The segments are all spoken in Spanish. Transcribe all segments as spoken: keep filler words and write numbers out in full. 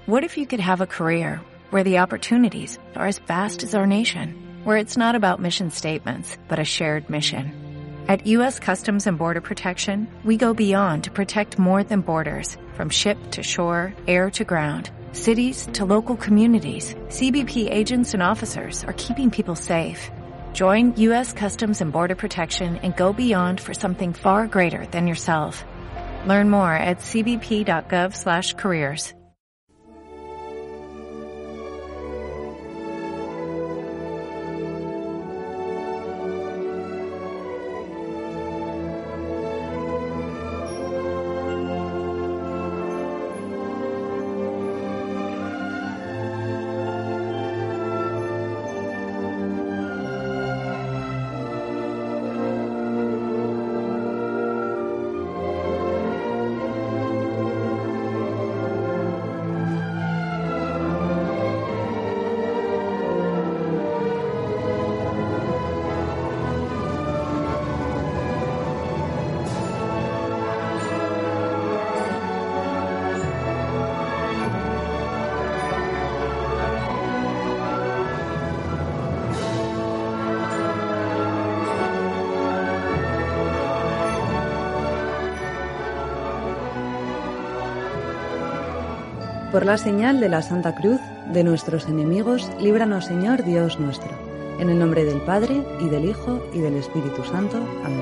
What if you could have a career where the opportunities are as vast as our nation, where it's not about mission statements, but a shared mission? At U S Customs and Border Protection, we go beyond to protect more than borders, from ship to shore, air to ground, cities to local communities. C B P agents and officers are keeping people safe. Join U S Customs and Border Protection and go beyond for something far greater than yourself. Learn more at c b p dot gov slash careers. Por la señal de la Santa Cruz de nuestros enemigos, líbranos, Señor Dios nuestro. En el nombre del Padre, y del Hijo, y del Espíritu Santo. Amén.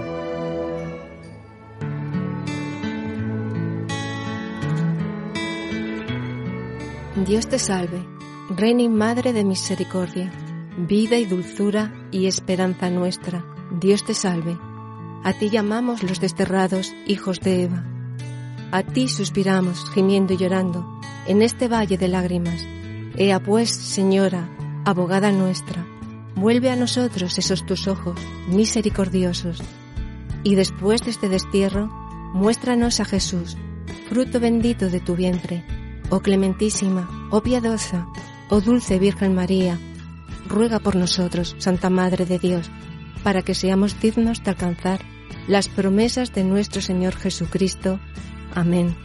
Dios te salve, Reina y Madre de misericordia, vida y dulzura y esperanza nuestra. Dios te salve. A ti llamamos los desterrados hijos de Eva. A ti suspiramos, gimiendo y llorando, en este valle de lágrimas. Ea pues, Señora, abogada nuestra, vuelve a nosotros esos tus ojos misericordiosos, y después de este destierro, muéstranos a Jesús, fruto bendito de tu vientre. Oh clementísima, oh piadosa, oh dulce Virgen María, ruega por nosotros, Santa Madre de Dios, para que seamos dignos de alcanzar las promesas de nuestro Señor Jesucristo. Amén.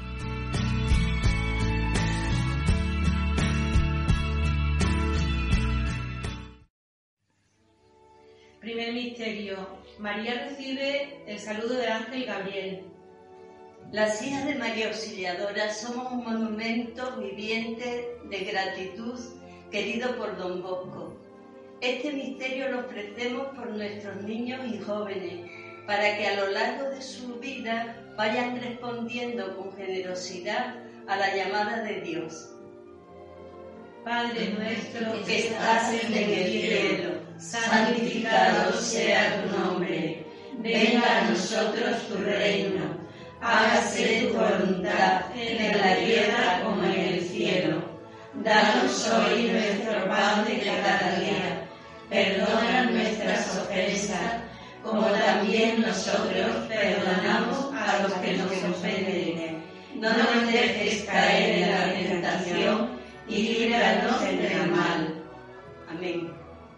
Primer misterio. María recibe el saludo del ángel Gabriel. Las hijas de María Auxiliadora somos un monumento viviente de gratitud querido por Don Bosco. Este misterio lo ofrecemos por nuestros niños y jóvenes, para que a lo largo de su vida vayan respondiendo con generosidad a la llamada de Dios. Padre nuestro que estás en el cielo, santificado sea tu nombre. Venga a nosotros tu reino. Hágase tu voluntad en la tierra como en el cielo. Danos hoy nuestro pan de cada día. Perdona nuestras ofensas, como también nosotros perdonamos a los que nos ofenden. No nos dejes caer en la tentación y líbranos del mal. Amén.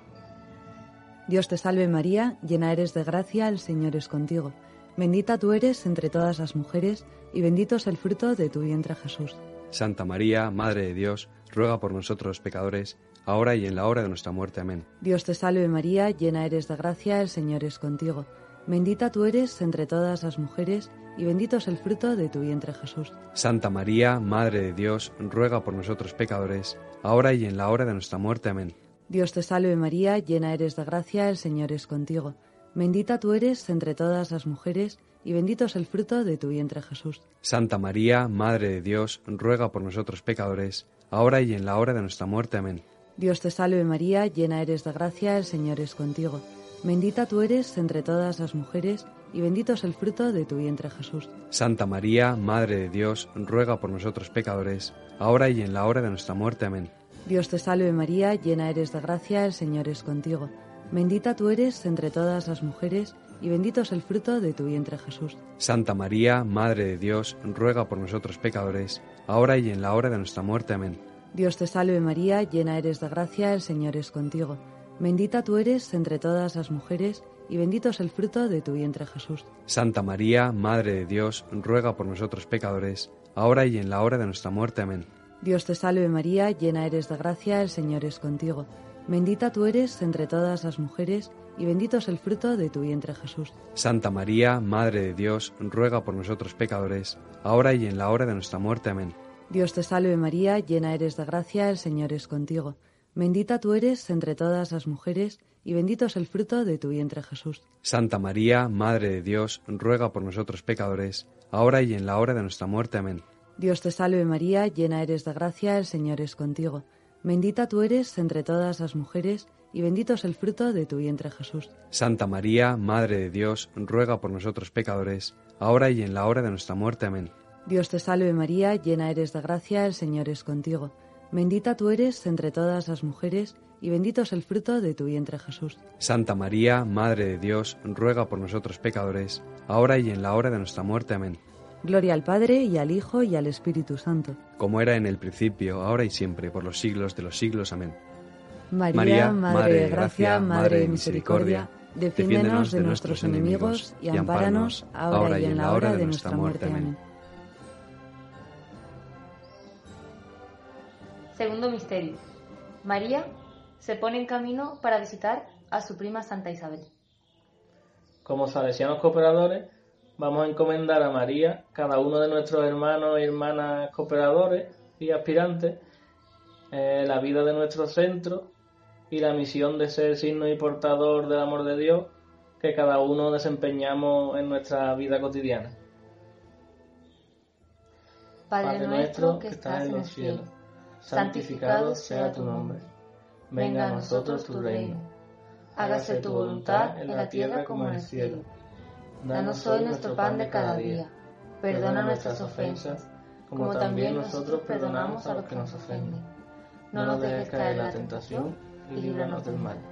Dios te salve María, llena eres de gracia, el Señor es contigo. Bendita tú eres entre todas las mujeres, y bendito es el fruto de tu vientre Jesús. Santa María, Madre de Dios, ruega por nosotros pecadores, ahora y en la hora de nuestra muerte. Amén. Dios te salve María, llena eres de gracia, el Señor es contigo. Bendita tú eres entre todas las mujeres, y bendito es el fruto de tu vientre Jesús. Santa María, Madre de Dios, ruega por nosotros pecadores, ahora y en la hora de nuestra muerte. Amén. Dios te salve María, llena eres de gracia, el Señor es contigo. Bendita tú eres entre todas las mujeres, y bendito es el fruto de tu vientre Jesús. Santa María, Madre de Dios, ruega por nosotros pecadores, ahora y en la hora de nuestra muerte. Amén. Dios te salve María, llena eres de gracia, el Señor es contigo. Bendita tú eres entre todas las mujeres, y bendito es el fruto de tu vientre Jesús. Santa María, Madre de Dios, ruega por nosotros pecadores, ahora y en la hora de nuestra muerte. Amén. Dios te salve María, llena eres de gracia, el Señor es contigo. Bendita tú eres entre todas las mujeres, y bendito es el fruto de tu vientre Jesús. Santa María, Madre de Dios, ruega por nosotros pecadores, ahora y en la hora de nuestra muerte. Amén. Dios te salve María, llena eres de gracia, el Señor es contigo. Bendita tú eres entre todas las mujeres, y bendito es el fruto de tu vientre Jesús. Santa María, Madre de Dios, ruega por nosotros pecadores, ahora y en la hora de nuestra muerte. Amén. Dios te salve María, llena eres de gracia, el Señor es contigo. Bendita tú eres entre todas las mujeres, y bendito es el fruto de tu vientre Jesús. Santa María, Madre de Dios, ruega por nosotros pecadores, ahora y en la hora de nuestra muerte. Amén. Dios te salve María, llena eres de gracia, el Señor es contigo. Bendita tú eres entre todas las mujeres, y bendito es el fruto de tu vientre Jesús. Santa María, Madre de Dios, ruega por nosotros pecadores, ahora y en la hora de nuestra muerte. Amén. Dios te salve María, llena eres de gracia, el Señor es contigo. Bendita tú eres entre todas las mujeres, y bendito es el fruto de tu vientre Jesús. Santa María, Madre de Dios, ruega por nosotros pecadores, ahora y en la hora de nuestra muerte. Amén. Dios te salve María, llena eres de gracia, el Señor es contigo. Bendita tú eres entre todas las mujeres, y bendito es el fruto de tu vientre Jesús. Santa María, Madre de Dios, ruega por nosotros pecadores, ahora y en la hora de nuestra muerte. Amén. Gloria al Padre, y al Hijo, y al Espíritu Santo. Como era en el principio, ahora y siempre, por los siglos de los siglos. Amén. María, María Madre de gracia, Madre de misericordia, defiéndenos de nuestros enemigos, y ampáranos ahora y en la hora de nuestra muerte. Amén. Segundo misterio. María se pone en camino para visitar a su prima Santa Isabel. Como salesianos cooperadores, vamos a encomendar a María, cada uno de nuestros hermanos y hermanas cooperadores y aspirantes, eh, la vida de nuestro centro y la misión de ser signo y portador del amor de Dios que cada uno desempeñamos en nuestra vida cotidiana. Padre, Padre nuestro que estás en el cielo, santificado sea tu nombre. Venga a nosotros tu reino. Hágase tu voluntad en la tierra como en el cielo. Danos hoy nuestro pan de cada día. Perdona nuestras ofensas, como también nosotros perdonamos a los que nos ofenden. No nos dejes caer en la tentación y líbranos del mal.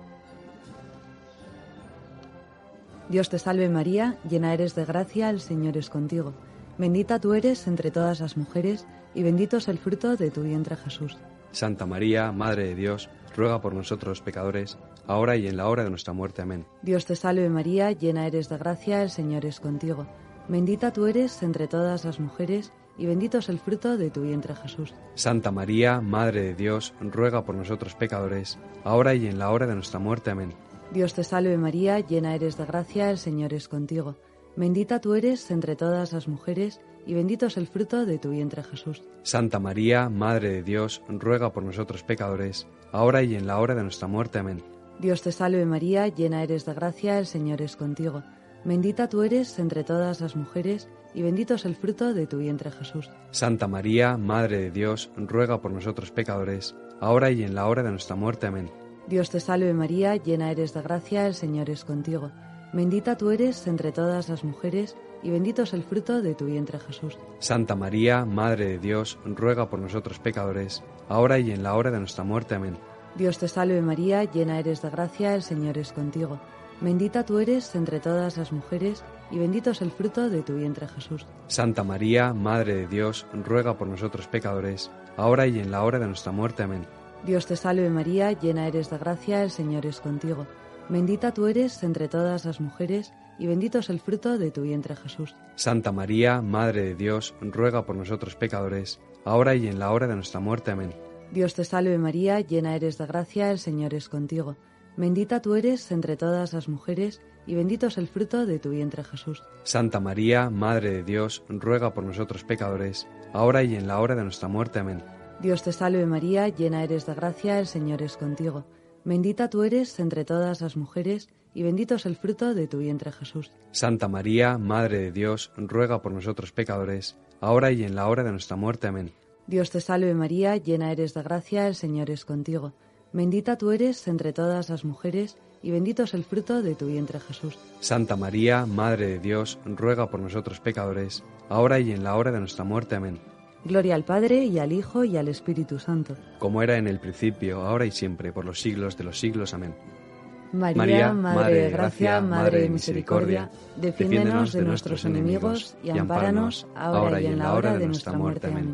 Dios te salve María, llena eres de gracia, el Señor es contigo. Bendita tú eres entre todas las mujeres, y bendito es el fruto de tu vientre Jesús. Santa María, Madre de Dios, ruega por nosotros pecadores, ahora y en la hora de nuestra muerte. Amén. Dios te salve María, llena eres de gracia, el Señor es contigo. Bendita tú eres entre todas las mujeres, y bendito es el fruto de tu vientre Jesús. Santa María, Madre de Dios, ruega por nosotros pecadores, ahora y en la hora de nuestra muerte. Amén. Dios te salve María, llena eres de gracia, el Señor es contigo. Bendita tú eres entre todas las mujeres, y bendito es el fruto de tu vientre Jesús. Santa María, Madre de Dios, ruega por nosotros pecadores, ahora y en la hora de nuestra muerte. Amén. Dios te salve María, llena eres de gracia, el Señor es contigo. Bendita tú eres entre todas las mujeres, y bendito es el fruto de tu vientre Jesús. Santa María, Madre de Dios, ruega por nosotros pecadores, ahora y en la hora de nuestra muerte. Amén. Dios te salve María, llena eres de gracia, el Señor es contigo. Bendita tú eres entre todas las mujeres, y bendito es el fruto de tu vientre Jesús. Santa María, Madre de Dios, ruega por nosotros pecadores, ahora y en la hora de nuestra muerte. Amén. Dios te salve María, llena eres de gracia, el Señor es contigo. Bendita tú eres entre todas las mujeres, y bendito es el fruto de tu vientre Jesús. Santa María, Madre de Dios, ruega por nosotros pecadores, ahora y en la hora de nuestra muerte. Amén. Dios te salve María, llena eres de gracia, el Señor es contigo. Bendita tú eres entre todas las mujeres, y bendito es el fruto de tu vientre Jesús. Santa María, Madre de Dios, ruega por nosotros pecadores, ahora y en la hora de nuestra muerte. Amén. Dios te salve María, llena eres de gracia, el Señor es contigo. Bendita tú eres entre todas las mujeres, y bendito es el fruto de tu vientre Jesús. Santa María, Madre de Dios, ruega por nosotros pecadores, ahora y en la hora de nuestra muerte. Amén. Dios te salve María, llena eres de gracia, el Señor es contigo. Bendita tú eres entre todas las mujeres, y bendito es el fruto de tu vientre Jesús. Santa María, Madre de Dios, ruega por nosotros pecadores, ahora y en la hora de nuestra muerte. Amén. Dios te salve María, llena eres de gracia, el Señor es contigo. Bendita tú eres entre todas las mujeres, y bendito es el fruto de tu vientre Jesús. Santa María, Madre de Dios, ruega por nosotros pecadores, ahora y en la hora de nuestra muerte. Amén. Gloria al Padre, y al Hijo, y al Espíritu Santo. Como era en el principio, ahora y siempre, por los siglos de los siglos. Amén. María, María Madre de gracia, Madre de misericordia, defiéndenos de nuestros enemigos, y ampáranos ahora y en la hora de nuestra muerte. Amén.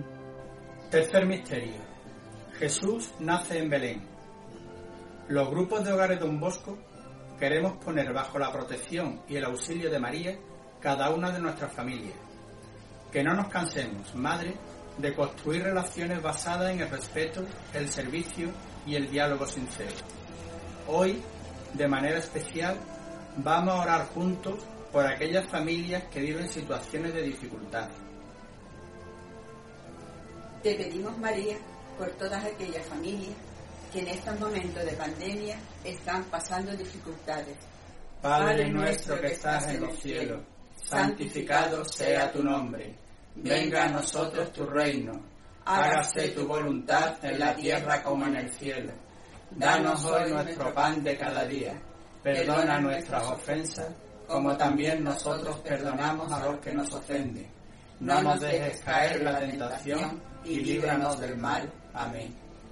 Tercer misterio. Jesús nace en Belén. Los grupos de hogares Don Bosco queremos poner bajo la protección y el auxilio de María cada una de nuestras familias. Que no nos cansemos, Madre, de construir relaciones basadas en el respeto, el servicio y el diálogo sincero. Hoy, de manera especial, vamos a orar juntos por aquellas familias que viven situaciones de dificultad. Te pedimos, María, por todas aquellas familias que en estos momentos de pandemia están pasando dificultades. Padre nuestro que estás en los cielos, santificado sea tu nombre. Venga a nosotros tu reino. Hágase tu voluntad en la tierra como en el cielo. Danos hoy nuestro pan de cada día. Perdona nuestras ofensas, como también nosotros perdonamos a los que nos ofenden. No nos dejes caer en la tentación y líbranos del mal. Amén.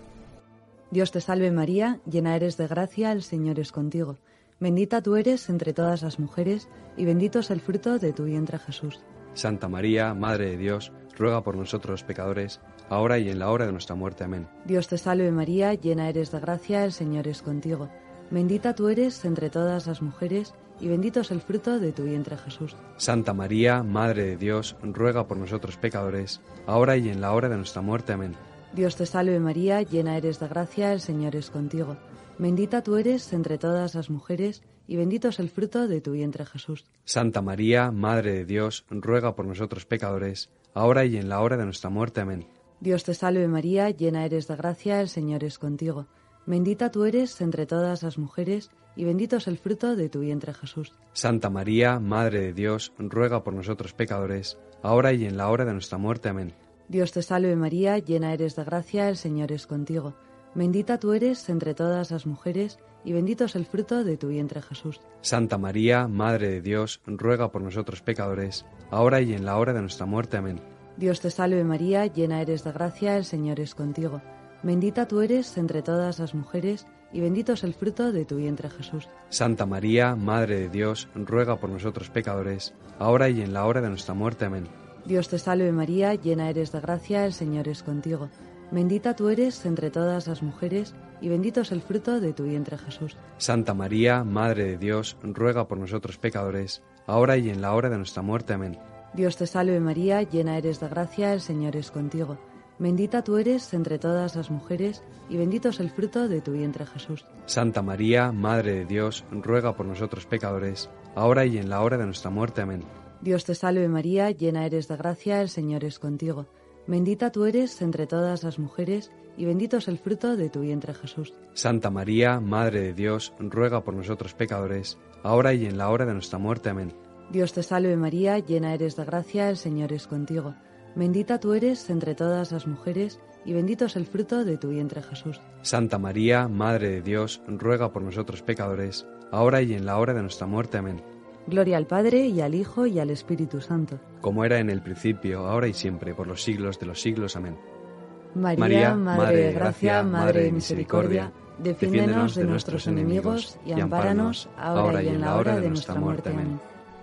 Dios te salve María, llena eres de gracia, el Señor es contigo. Bendita tú eres entre todas las mujeres, y bendito es el fruto de tu vientre Jesús. Santa María, Madre de Dios, ruega por nosotros pecadores, ahora y en la hora de nuestra muerte. Amén. Dios te salve María, llena eres de gracia, el Señor es contigo. Bendita tú eres entre todas las mujeres, y bendito es el fruto de tu vientre Jesús. Santa María, Madre de Dios, ruega por nosotros pecadores, ahora y en la hora de nuestra muerte. Amén. Dios te salve María, llena eres de gracia, el Señor es contigo. Bendita tú eres entre todas las mujeres, y bendito es el fruto de tu vientre Jesús. Santa María, Madre de Dios, ruega por nosotros pecadores, ahora y en la hora de nuestra muerte. Amén. Dios te salve María, llena eres de gracia, el Señor es contigo. Bendita tú eres entre todas las mujeres, y bendito es el fruto de tu vientre Jesús. Santa María, Madre de Dios, ruega por nosotros pecadores, ahora y en la hora de nuestra muerte. Amén. Dios te salve María, llena eres de gracia, el Señor es contigo. Bendita tú eres entre todas las mujeres, y bendito es el fruto de tu vientre Jesús. Santa María, Madre de Dios, ruega por nosotros pecadores, ahora y en la hora de nuestra muerte. Amén. Dios te salve María, llena eres de gracia, el Señor es contigo. Bendita tú eres entre todas las mujeres, y bendito es el fruto de tu vientre Jesús. Santa María, Madre de Dios, ruega por nosotros pecadores, ahora y en la hora de nuestra muerte. Amén. Dios te salve María, llena eres de gracia, el Señor es contigo. Bendita tú eres entre todas las mujeres, y bendito es el fruto de tu vientre Jesús. Santa María, Madre de Dios, ruega por nosotros pecadores, ahora y en la hora de nuestra muerte. Amén. Dios te salve María, llena eres de gracia, el Señor es contigo. Bendita tú eres entre todas las mujeres, y bendito es el fruto de tu vientre Jesús. Santa María, Madre de Dios, ruega por nosotros pecadores, ahora y en la hora de nuestra muerte. Amén. Dios te salve María, llena eres de gracia, el Señor es contigo. Bendita tú eres entre todas las mujeres, y bendito es el fruto de tu vientre Jesús. Santa María, Madre de Dios, ruega por nosotros pecadores, ahora y en la hora de nuestra muerte. Amén. Dios te salve María, llena eres de gracia, el Señor es contigo. Bendita tú eres entre todas las mujeres, y bendito es el fruto de tu vientre Jesús. Santa María, Madre de Dios, ruega por nosotros pecadores, ahora y en la hora de nuestra muerte. Amén. Gloria al Padre, y al Hijo, y al Espíritu Santo. Como era en el principio, ahora y siempre, por los siglos de los siglos. Amén. María, María Madre de gracia, Madre de misericordia, defiéndenos de nuestros enemigos, y ampáranos ahora y en la hora de nuestra muerte. Amén.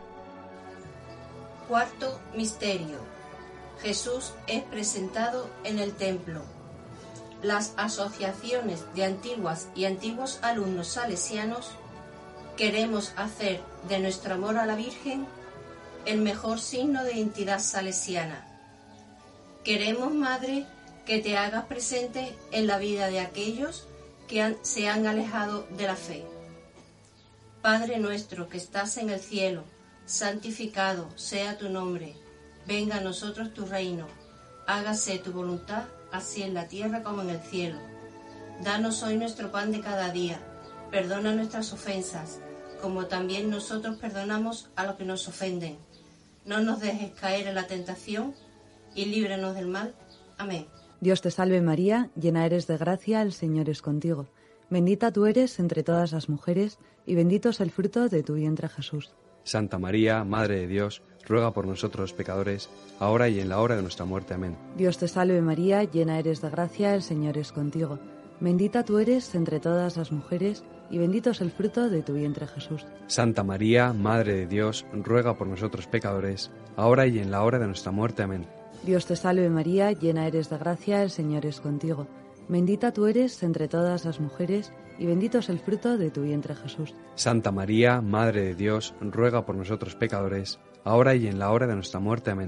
Cuarto misterio. Jesús es presentado en el templo. Las asociaciones de antiguas y antiguos alumnos salesianos queremos hacer de nuestro amor a la Virgen el mejor signo de identidad salesiana. Queremos, Madre, que te hagas presente en la vida de aquellos que han, se han alejado de la fe. Padre nuestro que estás en el cielo, santificado sea tu nombre. Venga a nosotros tu reino. Hágase tu voluntad, así en la tierra como en el cielo. Danos hoy nuestro pan de cada día. Perdona nuestras ofensas, como también nosotros perdonamos a los que nos ofenden. No nos dejes caer en la tentación y líbranos del mal. Amén. Dios te salve María, llena eres de gracia, el Señor es contigo. Bendita tú eres entre todas las mujeres, y bendito es el fruto de tu vientre Jesús. Santa María, Madre de Dios, ruega por nosotros pecadores, ahora y en la hora de nuestra muerte. Amén. Dios te salve María, llena eres de gracia, el Señor es contigo. Bendita tú eres entre todas las mujeres, y bendito es el fruto de tu vientre Jesús. Santa María, Madre de Dios, ruega por nosotros pecadores, ahora y en la hora de nuestra muerte. Amén. Dios te salve María, llena eres de gracia, el Señor es contigo. Bendita tú eres entre todas las mujeres, y bendito es el fruto de tu vientre Jesús. Santa María, Madre de Dios, ruega por nosotros pecadores, ahora y en la hora de nuestra muerte. Amén.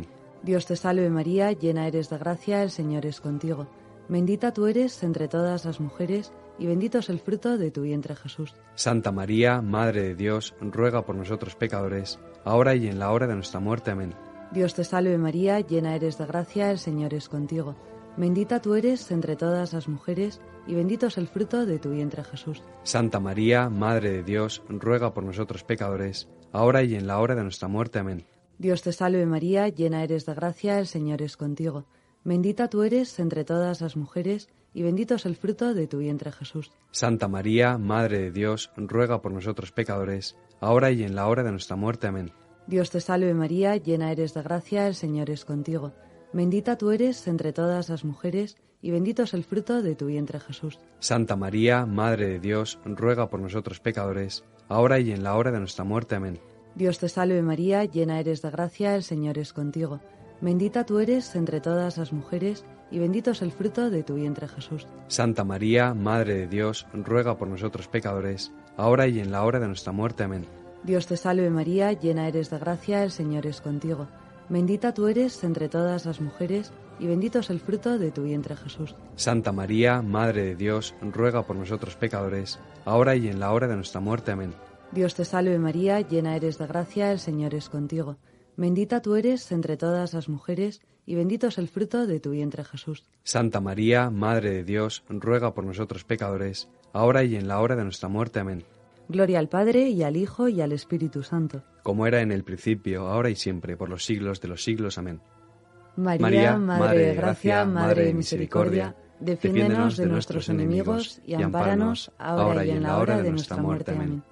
Dios te salve María, llena eres de gracia, el Señor es contigo. Bendita tú eres entre todas las mujeres, y bendito es el fruto de tu vientre Jesús. Santa María, Madre de Dios, ruega por nosotros pecadores, ahora y en la hora de nuestra muerte. Amén. Dios te salve María, llena eres de gracia, el Señor es contigo. Bendita tú eres entre todas las mujeres, y bendito es el fruto de tu vientre Jesús. Santa María, Madre de Dios, ruega por nosotros pecadores, ahora y en la hora de nuestra muerte. Amén. Dios te salve María, llena eres de gracia, el Señor es contigo. Bendita tú eres entre todas las mujeres, y bendito es el fruto de tu vientre Jesús. Santa María, Madre de Dios, ruega por nosotros pecadores, ahora y en la hora de nuestra muerte. Amén. Dios te salve María, llena eres de gracia, el Señor es contigo. Bendita tú eres entre todas las mujeres, y bendito es el fruto de tu vientre Jesús. Santa María, Madre de Dios, ruega por nosotros pecadores, ahora y en la hora de nuestra muerte. Amén. Dios te salve María, llena eres de gracia, el Señor es contigo. Bendita tú eres entre todas las mujeres, y bendito es el fruto de tu vientre Jesús. Santa María, Madre de Dios, ruega por nosotros pecadores, ahora y en la hora de nuestra muerte. Amén. Dios te salve María, llena eres de gracia, el Señor es contigo. Bendita tú eres entre todas las mujeres, y bendito es el fruto de tu vientre Jesús. Santa María, Madre de Dios, ruega por nosotros pecadores, ahora y en la hora de nuestra muerte. Amén. Dios te salve María, llena eres de gracia, el Señor es contigo. Bendita tú eres entre todas las mujeres, y bendito es el fruto de tu vientre Jesús. Santa María, Madre de Dios, ruega por nosotros pecadores, ahora y en la hora de nuestra muerte. Amén. Gloria al Padre, y al Hijo, y al Espíritu Santo. Como era en el principio, ahora y siempre, por los siglos de los siglos. Amén. María, María Madre de gracia, Madre de misericordia, defiéndenos de nuestros enemigos, y ampáranos ahora y en la hora de nuestra muerte. Amén.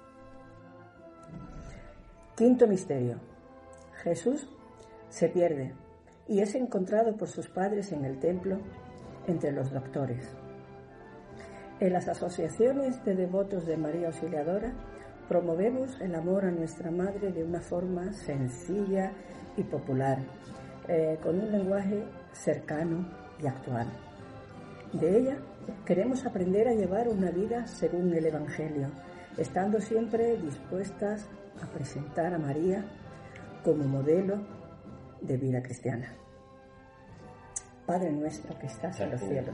Quinto misterio. Jesús se pierde y es encontrado por sus padres en el templo entre los doctores. En las asociaciones de devotos de María Auxiliadora promovemos el amor a nuestra Madre de una forma sencilla y popular, eh, con un lenguaje cercano y actual. De ella queremos aprender a llevar una vida según el Evangelio, estando siempre dispuestas a presentar a María como modelo de vida cristiana. Padre nuestro que estás en los cielos,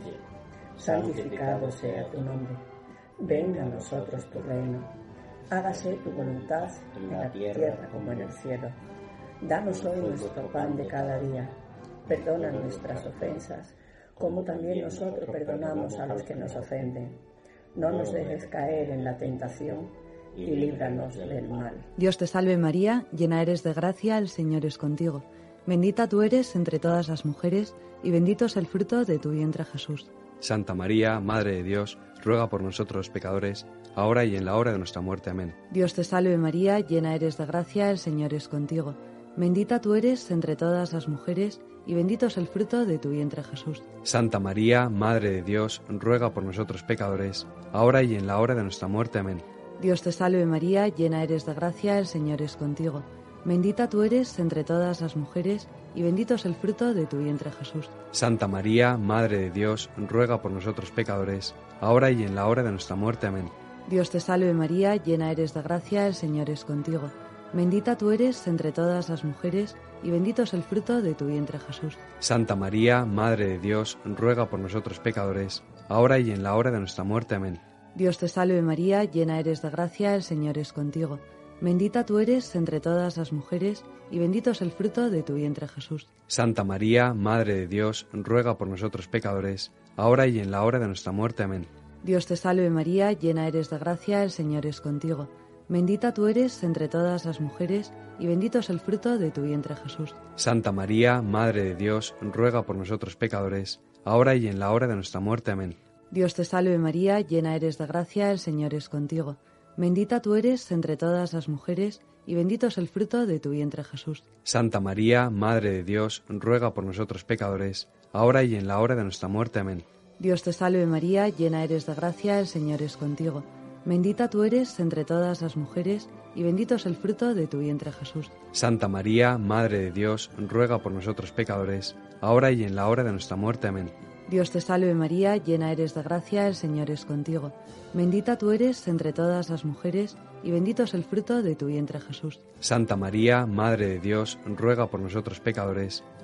santificado sea tu nombre. Venga a nosotros tu reino. Hágase tu voluntad en la tierra como en el cielo. Danos hoy nuestro pan de cada día. Perdona nuestras ofensas, como también nosotros perdonamos a los que nos ofenden. No nos dejes caer en la tentación, y líbranos del mal. Dios te salve María, llena eres de gracia, el Señor es contigo. Bendita tú eres entre todas las mujeres, y bendito es el fruto de tu vientre Jesús. Santa María, Madre de Dios, ruega por nosotros pecadores, ahora y en la hora de nuestra muerte. Amén. Dios te salve María, llena eres de gracia, el Señor es contigo. Bendita tú eres entre todas las mujeres, y bendito es el fruto de tu vientre Jesús. Santa María, Madre de Dios, ruega por nosotros pecadores, ahora y en la hora de nuestra muerte. Amén. Dios te salve María, llena eres de gracia, el Señor es contigo. Bendita tú eres entre todas las mujeres, y bendito es el fruto de tu vientre Jesús. Santa María, Madre de Dios, ruega por nosotros pecadores, ahora y en la hora de nuestra muerte. Amén. Dios te salve María, llena eres de gracia, el Señor es contigo. Bendita tú eres entre todas las mujeres, y bendito es el fruto de tu vientre Jesús. Santa María, Madre de Dios, ruega por nosotros pecadores, ahora y en la hora de nuestra muerte. Amén. Dios te salve María, llena eres de gracia, el Señor es contigo. Bendita tú eres entre todas las mujeres, y bendito es el fruto de tu vientre Jesús. Santa María, Madre de Dios, ruega por nosotros pecadores, ahora y en la hora de nuestra muerte. Amén. Dios te salve María, llena eres de gracia, el Señor es contigo. Bendita tú eres entre todas las mujeres, y bendito es el fruto de tu vientre Jesús. Santa María, Madre de Dios, ruega por nosotros pecadores, ahora y en la hora de nuestra muerte. Amén. Dios te salve María, llena eres de gracia, el Señor es contigo. Bendita tú eres entre todas las mujeres, y bendito es el fruto de tu vientre Jesús. Santa María, Madre de Dios, ruega por nosotros pecadores, ahora y en la hora de nuestra muerte. Amén. Dios te salve María, llena eres de gracia, el Señor es contigo. Bendita tú eres entre todas las mujeres, y bendito es el fruto de tu vientre Jesús. Santa María, Madre de Dios, ruega por nosotros pecadores, ahora y en la hora de nuestra muerte. Amén. Dios te salve María, llena eres de gracia, el Señor es contigo. Bendita tú eres entre todas las mujeres, y bendito es el fruto de tu vientre Jesús. Santa María, Madre de Dios, ruega por nosotros pecadores,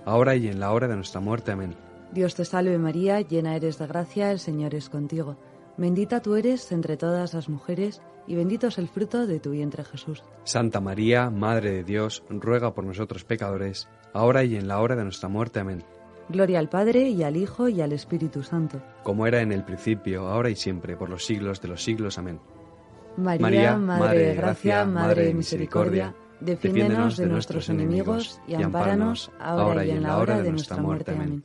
ahora y en la hora de nuestra muerte. Amén. Dios te salve María, llena eres de gracia, el Señor es contigo. Bendita tú eres entre todas las mujeres, y bendito es el fruto de tu vientre Jesús. Santa María, Madre de Dios, ruega por nosotros pecadores, ahora y en la hora de nuestra muerte. Amén. Gloria al Padre, y al Hijo, y al Espíritu Santo. Como era en el principio, ahora y siempre, por los siglos de los siglos. Amén. María, María Madre de gracia, Madre de misericordia, defiéndenos de nuestros enemigos, y ampáranos ahora y en la hora de nuestra muerte. Amén.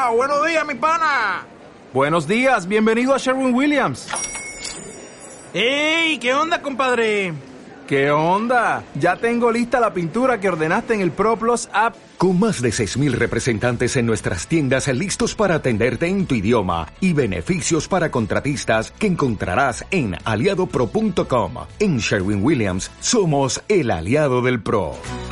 ¡Wow! ¡Buenos días, mi pana! Buenos días, bienvenido a Sherwin-Williams. ¡Ey! ¿Qué onda, compadre? ¿Qué onda? Ya tengo lista la pintura que ordenaste en el ProPlus app. Con más de seis mil representantes en nuestras tiendas listos para atenderte en tu idioma y beneficios para contratistas que encontrarás en aliado pro punto com. En Sherwin-Williams somos el aliado del pro.